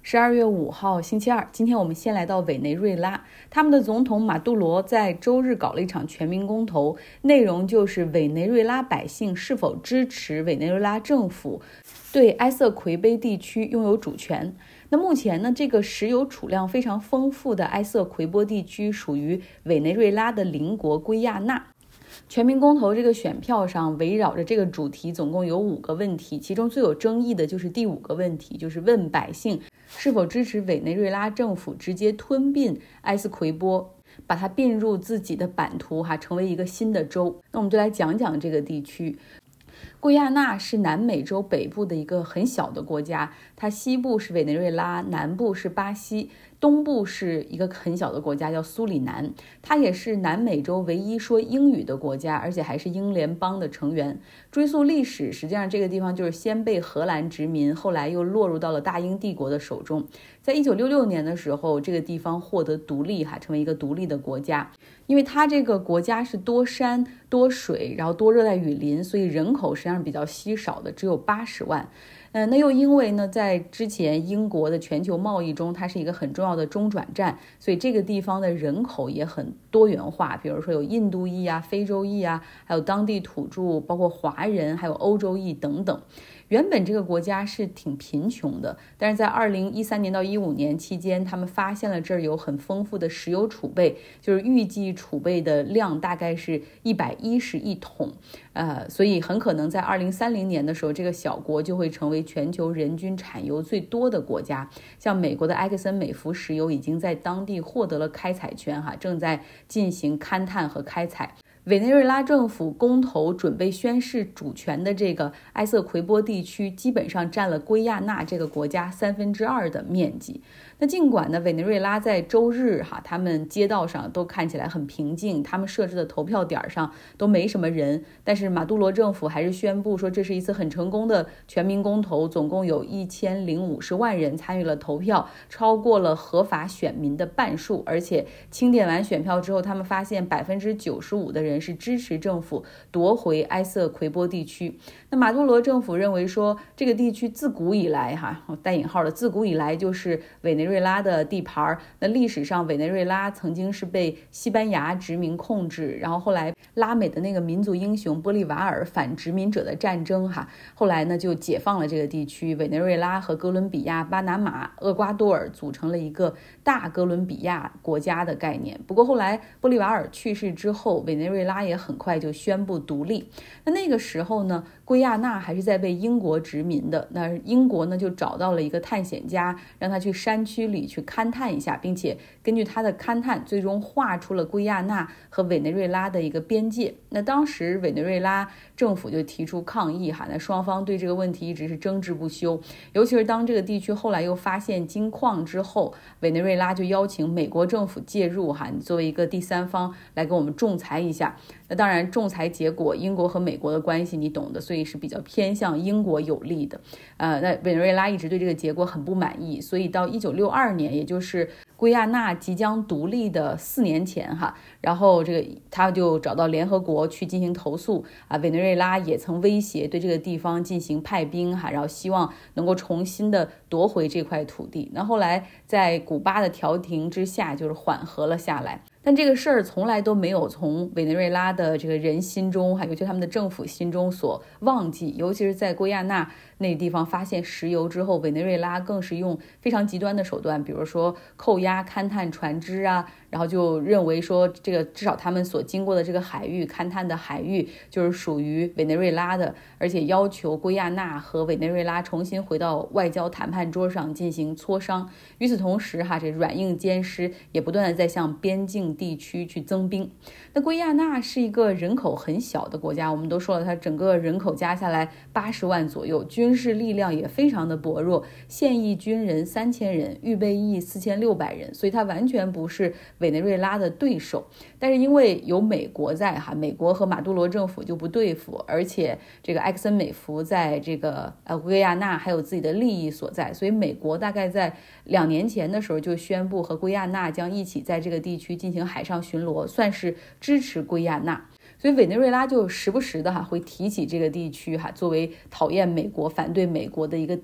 12月5号星期二，今天我们先来到委内瑞拉，他们的总统马杜罗在周日搞了一场全民公投，内容就是委内瑞拉百姓是否支持委内瑞拉政府对埃塞奎杯地区拥有主权。那目前呢，这个石油储量非常丰富的埃塞奎波地区属于委内瑞拉的邻国圭亚那。全民公投这个选票上围绕着这个主题总共有5个问题，其中最有争议的就是第5个问题，就是问百姓是否支持委内瑞拉政府直接吞并埃斯奎波，把它并入自己的版图成为一个新的州。那我们就来讲讲这个地区。圭亚那是南美洲北部的一个很小的国家，它西部是委内瑞拉，南部是巴西，东部是一个很小的国家叫苏里南，它也是南美洲唯一说英语的国家，而且还是英联邦的成员。追溯历史，实际上这个地方就是先被荷兰殖民，后来又落入到了大英帝国的手中。在1966年的时候，这个地方获得独立，成为一个独立的国家。因为它这个国家是多山多水，然后多热带雨林，所以人口实际上是比较稀少的，只有80万。那又因为呢，在之前英国的全球贸易中，它是一个很重要的中转站，所以这个地方的人口也很多元化，比如说有印度裔啊、非洲裔啊，还有当地土著，包括华人，还有欧洲裔等等。原本这个国家是挺贫穷的，但是在2013年到15年期间，他们发现了这儿有很丰富的石油储备，就是预计储备的量大概是110亿桶，所以很可能在2030年的时候，这个小国就会成为全球人均产油最多的国家。像美国的埃克森美孚石油已经在当地获得了开采权，正在进行勘探和开采。委内瑞拉政府公投准备宣示主权的这个埃塞奎波地区，基本上占了圭亚那这个国家2/3的面积。那尽管呢，委内瑞拉在周日他们街道上都看起来很平静，他们设置的投票点上都没什么人，但是马杜罗政府还是宣布说这是一次很成功的全民公投，总共有1050万人参与了投票，超过了合法选民的半数。而且清点完选票之后，他们发现95%的人是支持政府夺回埃塞奎波地区。那马杜罗政府认为说，这个地区自古以来带引号的自古以来就是委内瑞拉的地盘。那历史上委内瑞拉曾经是被西班牙殖民控制，然后后来拉美的那个民族英雄玻利瓦尔反殖民者的战争后来呢就解放了这个地区，委内瑞拉和哥伦比亚、巴拿马、厄瓜多尔组成了一个大哥伦比亚国家的概念。不过后来玻利瓦尔去世之后，委内瑞拉也很快就宣布独立。那个时候呢，圭亚那还是在被英国殖民的。那英国呢就找到了一个探险家，让他去山区里去勘探一下，并且根据他的勘探，最终画出了圭亚那和委内瑞拉的一个边界。那当时委内瑞拉政府就提出抗议那双方对这个问题一直是争执不休。尤其是当这个地区后来又发现金矿之后，委内瑞拉就邀请美国政府介入你作为一个第三方来给我们仲裁一下。那当然仲裁结果，英国和美国的关系你懂的，所以是比较偏向英国有利的。那委内瑞拉一直对这个结果很不满意，所以到1962年，也就是圭亚那即将独立的4年前然后他就找到联合国去进行投诉委内瑞拉也曾威胁对这个地方进行派兵然后希望能够重新的夺回这块土地。那后来在古巴的调停之下，就是缓和了下来。但这个事儿从来都没有从委内瑞拉的这个人心中，尤其他们的政府心中所忘记。尤其是在圭亚那那地方发现石油之后，委内瑞拉更是用非常极端的手段，比如说扣押勘探船只然后就认为说这个至少他们所经过的这个海域勘探的海域就是属于委内瑞拉的，而且要求圭亚那和委内瑞拉重新回到外交谈判桌上进行磋商。与此同时这软硬兼施也不断的在向边境地区去增兵。那圭亚那是一个人口很小的国家，我们都说了，它整个人口加下来80万左右，军事力量也非常的薄弱，现役军人3000人，预备役4600人，所以它完全不是委内瑞拉的对手。但是因为有美国在美国和马杜罗政府就不对付，而且这个埃克森美孚在这个圭亚那还有自己的利益所在，所以美国大概在2年前的时候就宣布和圭亚那将一起在这个地区进行海上巡逻，算是支持圭亚那。所以委内瑞拉就时不时的会提起这个地区作为讨厌美国、反对美国的一个点。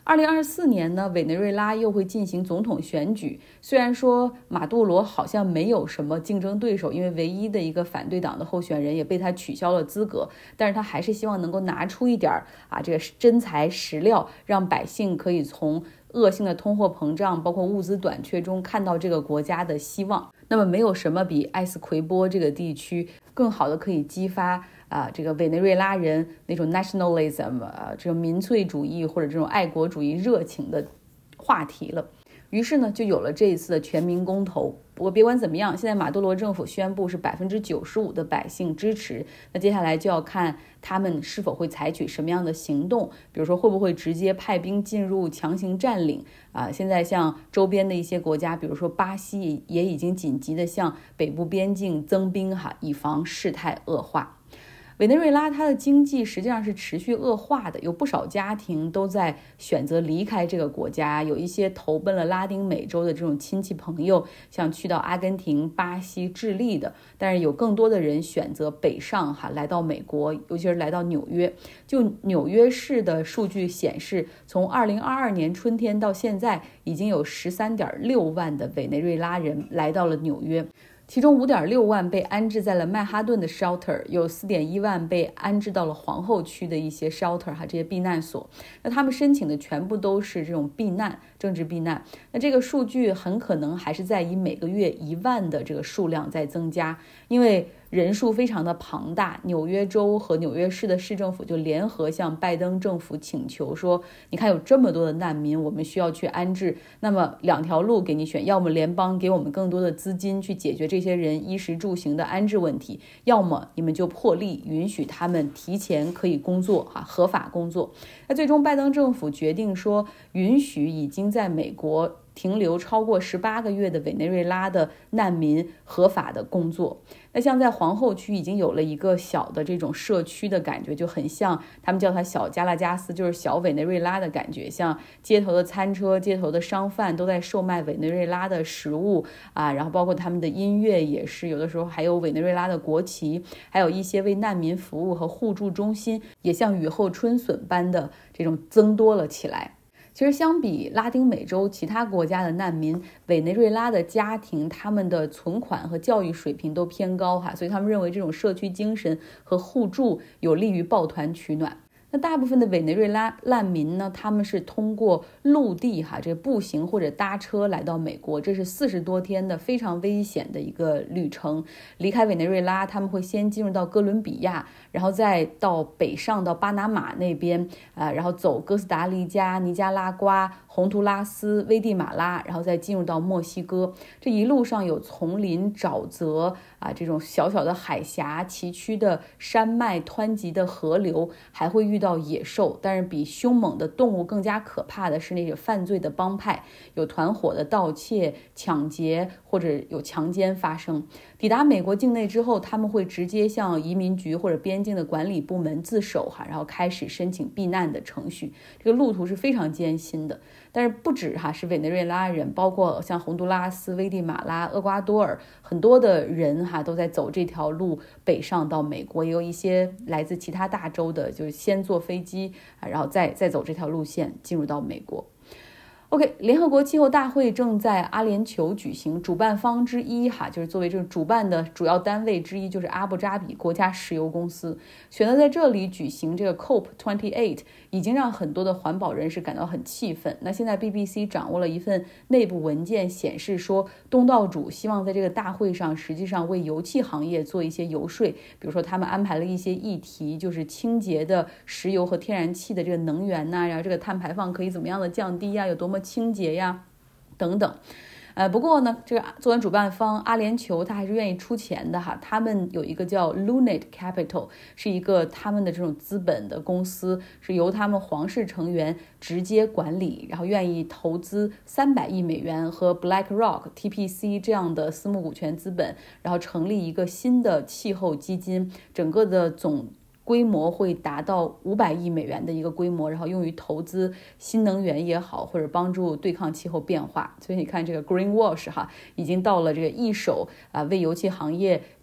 2024年呢，委内瑞拉又会进行总统选举。虽然说马杜罗好像没有什么竞争对手，因为唯一的一个反对党的候选人也被他取消了资格，但是他还是希望能够拿出一点这个真材实料，让百姓可以从恶性的通货膨胀，包括物资短缺中看到这个国家的希望。那么没有什么比埃斯奎波这个地区更好的可以激发这个委内瑞拉人那种 nationalism 这种民粹主义或者这种爱国主义热情的话题了。于是呢，就有了这一次的全民公投。不过别管怎么样，现在马杜罗政府宣布是95%的百姓支持，那接下来就要看他们是否会采取什么样的行动，比如说会不会直接派兵进入强行占领现在像周边的一些国家，比如说巴西也已经紧急的向北部边境增兵以防事态恶化。委内瑞拉它的经济实际上是持续恶化的，有不少家庭都在选择离开这个国家，有一些投奔了拉丁美洲的这种亲戚朋友，像去到阿根廷、巴西、智利的，但是有更多的人选择北上来到美国，尤其是来到纽约。就纽约市的数据显示，从2022年春天到现在，已经有13.6万的委内瑞拉人来到了纽约。其中5.6万被安置在了曼哈顿的 shelter， 有4.1万被安置到了皇后区的一些 shelter 这些避难所。那他们申请的全部都是这种避难，政治避难。那这个数据很可能还是在以每个月1万的这个数量在增加，因为人数非常的庞大。纽约州和纽约市的市政府就联合向拜登政府请求说，你看有这么多的难民，我们需要去安置，那么2条路给你选，要么联邦给我们更多的资金去解决这些人衣食住行的安置问题，要么你们就破例允许他们提前可以工作合法工作。那最终拜登政府决定说，允许已经在美国停留超过18个月的委内瑞拉的难民合法的工作。那像在皇后区已经有了一个小的这种社区的感觉，就很像他们叫它小加拉加斯，就是小委内瑞拉的感觉，像街头的餐车、街头的商贩都在售卖委内瑞拉的食物然后包括他们的音乐也是，有的时候还有委内瑞拉的国旗，还有一些为难民服务和互助中心也像雨后春笋般的这种增多了起来。其实相比拉丁美洲其他国家的难民，委内瑞拉的家庭他们的存款和教育水平都偏高所以他们认为这种社区精神和互助有利于抱团取暖。那大部分的委内瑞拉难民呢，他们是通过陆地这步行或者搭车来到美国，这是40多天的非常危险的一个旅程。离开委内瑞拉，他们会先进入到哥伦比亚，然后再到北上到巴拿马那边然后走哥斯达黎加、尼加拉瓜、洪都拉斯、危地马拉，然后再进入到墨西哥。这一路上有丛林、沼泽这种小小的海峡、崎岖的山脉、湍急的河流，还会遇到野兽。但是比凶猛的动物更加可怕的是那个犯罪的帮派，有团伙的盗窃、抢劫或者有强奸发生。抵达美国境内之后，他们会直接向移民局或者边境的管理部门自首然后开始申请避难的程序。这个路途是非常艰辛的。但是不止是委内瑞拉人，包括像洪都拉斯、危地马拉、厄瓜多尔，很多的人都在走这条路北上到美国，也有一些来自其他大洲的，就是先坐飞机然后再走这条路线进入到美国。OK， 联合国气候大会正在阿联酋举行，主办方之一就是作为这个主办的主要单位之一，就是阿布扎比国家石油公司选择在这里举行这个 COP28， 已经让很多的环保人士感到很气愤。那现在 BBC 掌握了一份内部文件，显示说东道主希望在这个大会上实际上为油气行业做一些游说，比如说他们安排了一些议题，就是清洁的石油和天然气的这个能源然后这个碳排放可以怎么样的降低有多么清洁等等。不过呢，这个作为主办方阿联酋他还是愿意出钱的他们有一个叫 Lunate Capital， 是一个他们的这种资本的公司，是由他们皇室成员直接管理，然后愿意投资300亿美元和 BlackRock、TPC 这样的私募股权资本，然后成立一个新的气候基金，整个的总规模会达到500亿美元的一个规模，然后用于投资新能源也好，或者帮助对抗气候变化。所以你看这个 Greenwash 已经到了这个一手为油气行业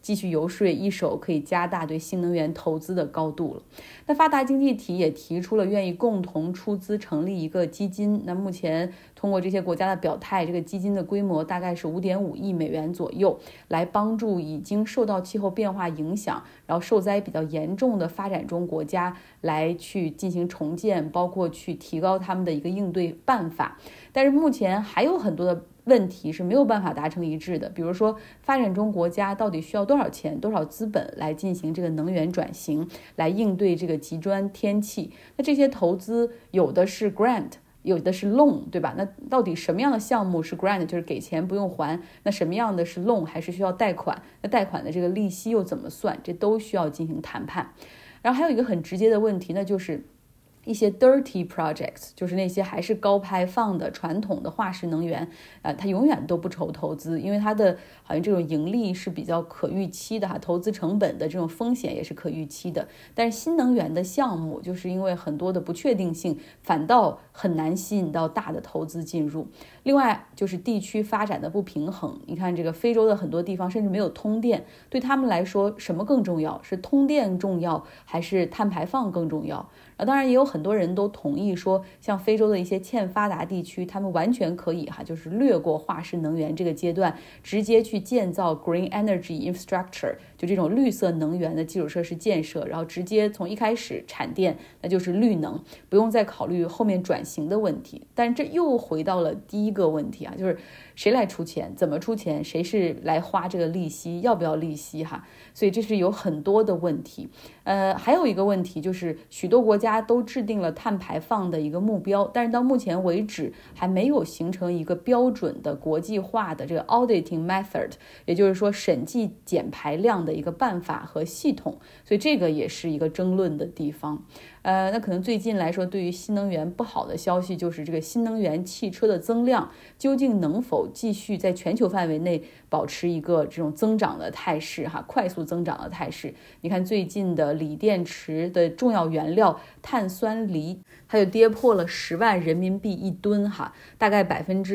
继续游说，一手可以加大对新能源投资的高度了。那发达经济体也提出了愿意共同出资成立一个基金，那目前通过这些国家的表态，这个基金的规模大概是5.5亿美元左右，来帮助已经受到气候变化影响，然后受灾比较严重的发展中国家来去进行重建，包括去提高他们的一个应对办法。但是目前还有很多的问题是没有办法达成一致的，比如说发展中国家到底需要多少钱、多少资本来进行这个能源转型，来应对这个极端天气。那这些投资有的是 grant， 有的是 loan， 对吧？那到底什么样的项目是 grant， 就是给钱不用还，那什么样的是 loan， 还是需要贷款？那贷款的这个利息又怎么算？这都需要进行谈判。然后还有一个很直接的问题，那就是一些 dirty projects， 就是那些还是高排放的传统的化石能源，它永远都不愁投资，因为它的好像这种盈利是比较可预期的哈，投资成本的这种风险也是可预期的。但是新能源的项目就是因为很多的不确定性，反倒很难吸引到大的投资进入。另外就是地区发展的不平衡，你看这个非洲的很多地方甚至没有通电，对他们来说什么更重要？是通电重要还是碳排放更重要？当然也有很多人都同意说，像非洲的一些欠发达地区，他们完全可以就是略过化石能源这个阶段，直接去建造 green energy infrastructure， 就这种绿色能源的基础设施建设，然后直接从一开始产电，那就是绿能，不用再考虑后面转型的问题。但是这又回到了第一个问题啊，就是谁来出钱，怎么出钱，谁是来花这个利息，要不要利息哈？所以这是有很多的问题。还有一个问题就是许多国家都制定了碳排放的一个目标，但是到目前为止还没有形成一个标准的国际化的这个 auditing method， 也就是说审计减排量的一个办法和系统，所以这个也是一个争论的地方。那可能最近来说，对于新能源不好的消息就是这个新能源汽车的增量究竟能否继续在全球范围内保持一个这种增长的态势哈，快速增长的态势。你看最近的锂电池的重要原料碳酸锂，它就跌破了10万人民币一吨哈，大概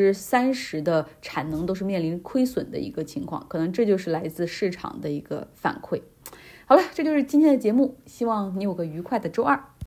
30%的产能都是面临亏损的一个情况，可能这就是来自市场的一个反馈。好了，这就是今天的节目，希望你有个愉快的周二。